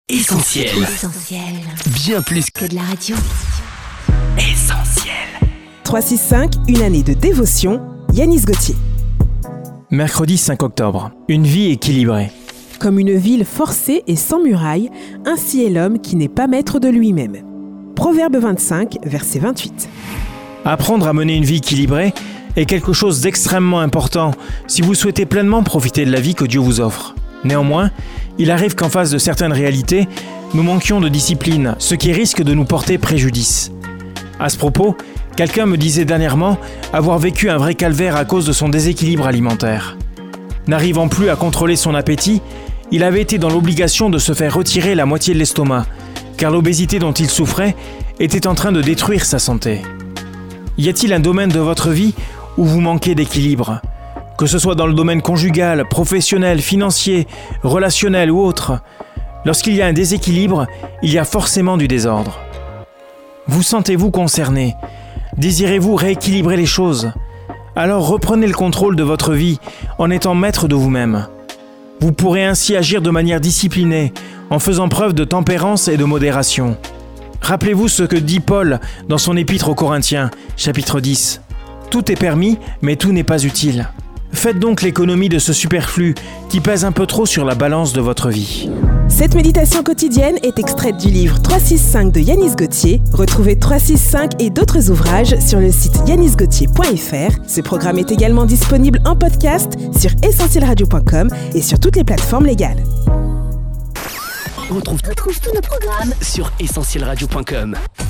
Essentiel. Bien plus que de la radio. Essentiel. 365, une année de dévotion, Yanis Gauthier. Mercredi 5 octobre. Une vie équilibrée. Comme une ville forcée et sans murailles, ainsi est l'homme qui n'est pas maître de lui-même. Proverbe 25, verset 28. Apprendre à mener une vie équilibrée est quelque chose d'extrêmement important si vous souhaitez pleinement profiter de la vie que Dieu vous offre. Néanmoins, il arrive qu'en face de certaines réalités, nous manquions de discipline, ce qui risque de nous porter préjudice. À ce propos, quelqu'un me disait dernièrement avoir vécu un vrai calvaire à cause de son déséquilibre alimentaire. N'arrivant plus à contrôler son appétit, il avait été dans l'obligation de se faire retirer la moitié de l'estomac, car l'obésité dont il souffrait était en train de détruire sa santé. Y a-t-il un domaine de votre vie où vous manquez d'équilibre ? Que ce soit dans le domaine conjugal, professionnel, financier, relationnel ou autre, lorsqu'il y a un déséquilibre, il y a forcément du désordre. Vous sentez-vous concerné ? Désirez-vous rééquilibrer les choses ? Alors reprenez le contrôle de votre vie en étant maître de vous-même. Vous pourrez ainsi agir de manière disciplinée, en faisant preuve de tempérance et de modération. Rappelez-vous ce que dit Paul dans son épître aux Corinthiens, chapitre 10. Tout est permis, mais tout n'est pas utile. Faites donc l'économie de ce superflu qui pèse un peu trop sur la balance de votre vie. Cette méditation quotidienne est extraite du livre 365 de Yanis Gauthier. Retrouvez 365 et d'autres ouvrages sur le site yanisgauthier.fr. Ce programme est également disponible en podcast sur essentielradio.com et sur toutes les plateformes légales. On retrouve tous nos programmes sur essentielradio.com.